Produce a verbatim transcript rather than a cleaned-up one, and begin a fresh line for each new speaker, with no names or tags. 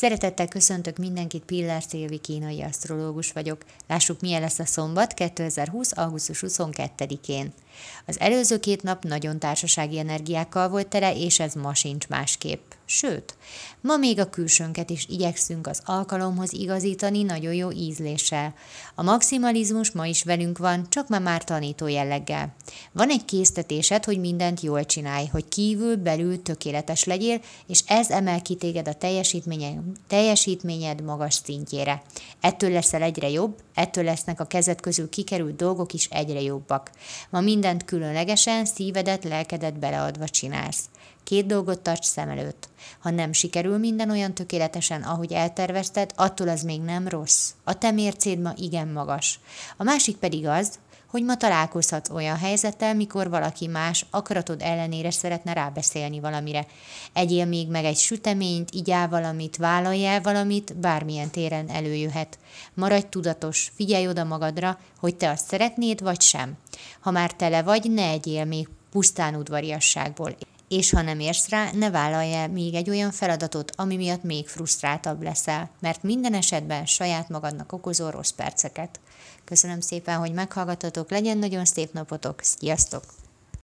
Szeretettel köszöntök mindenkit, Pillár Szilvi kínai asztrológus vagyok. Lássuk, milyen lesz a szombat kétezer-húsz. augusztus huszonkettedikén. Az előző két nap nagyon társasági energiákkal volt tele, és ez ma sincs másképp. Sőt, ma még a külsőnket is igyekszünk az alkalomhoz igazítani nagyon jó ízléssel. A maximalizmus ma is velünk van, csak már már tanító jelleggel. Van egy késztetésed, hogy mindent jól csinálj, hogy kívül, belül tökéletes legyél, és ez emel ki téged a teljesítményed, teljesítményed magas szintjére. Ettől leszel egyre jobb, ettől lesznek a kezed közül kikerült dolgok is egyre jobbak. Ma mindent különlegesen, szívedet, lelkedet beleadva csinálsz. Két dolgot tarts szem előtt. Ha nem sikerül minden olyan tökéletesen, ahogy eltervezted, attól az még nem rossz. A te mércéd ma igen magas. A másik pedig az, hogy ma találkozhatsz olyan helyzettel, mikor valaki más akaratod ellenére szeretne rábeszélni valamire. Egyél még meg egy süteményt, igyál valamit, vállalj el valamit, bármilyen téren előjöhet. Maradj tudatos, figyelj oda magadra, hogy te azt szeretnéd, vagy sem. Ha már tele vagy, ne egyél még pusztán udvariasságból. És ha nem érsz rá, ne vállalj el még egy olyan feladatot, ami miatt még frusztráltabb leszel, mert minden esetben saját magadnak okozol rossz perceket. Köszönöm szépen, hogy meghallgattatok, legyen nagyon szép napotok, sziasztok!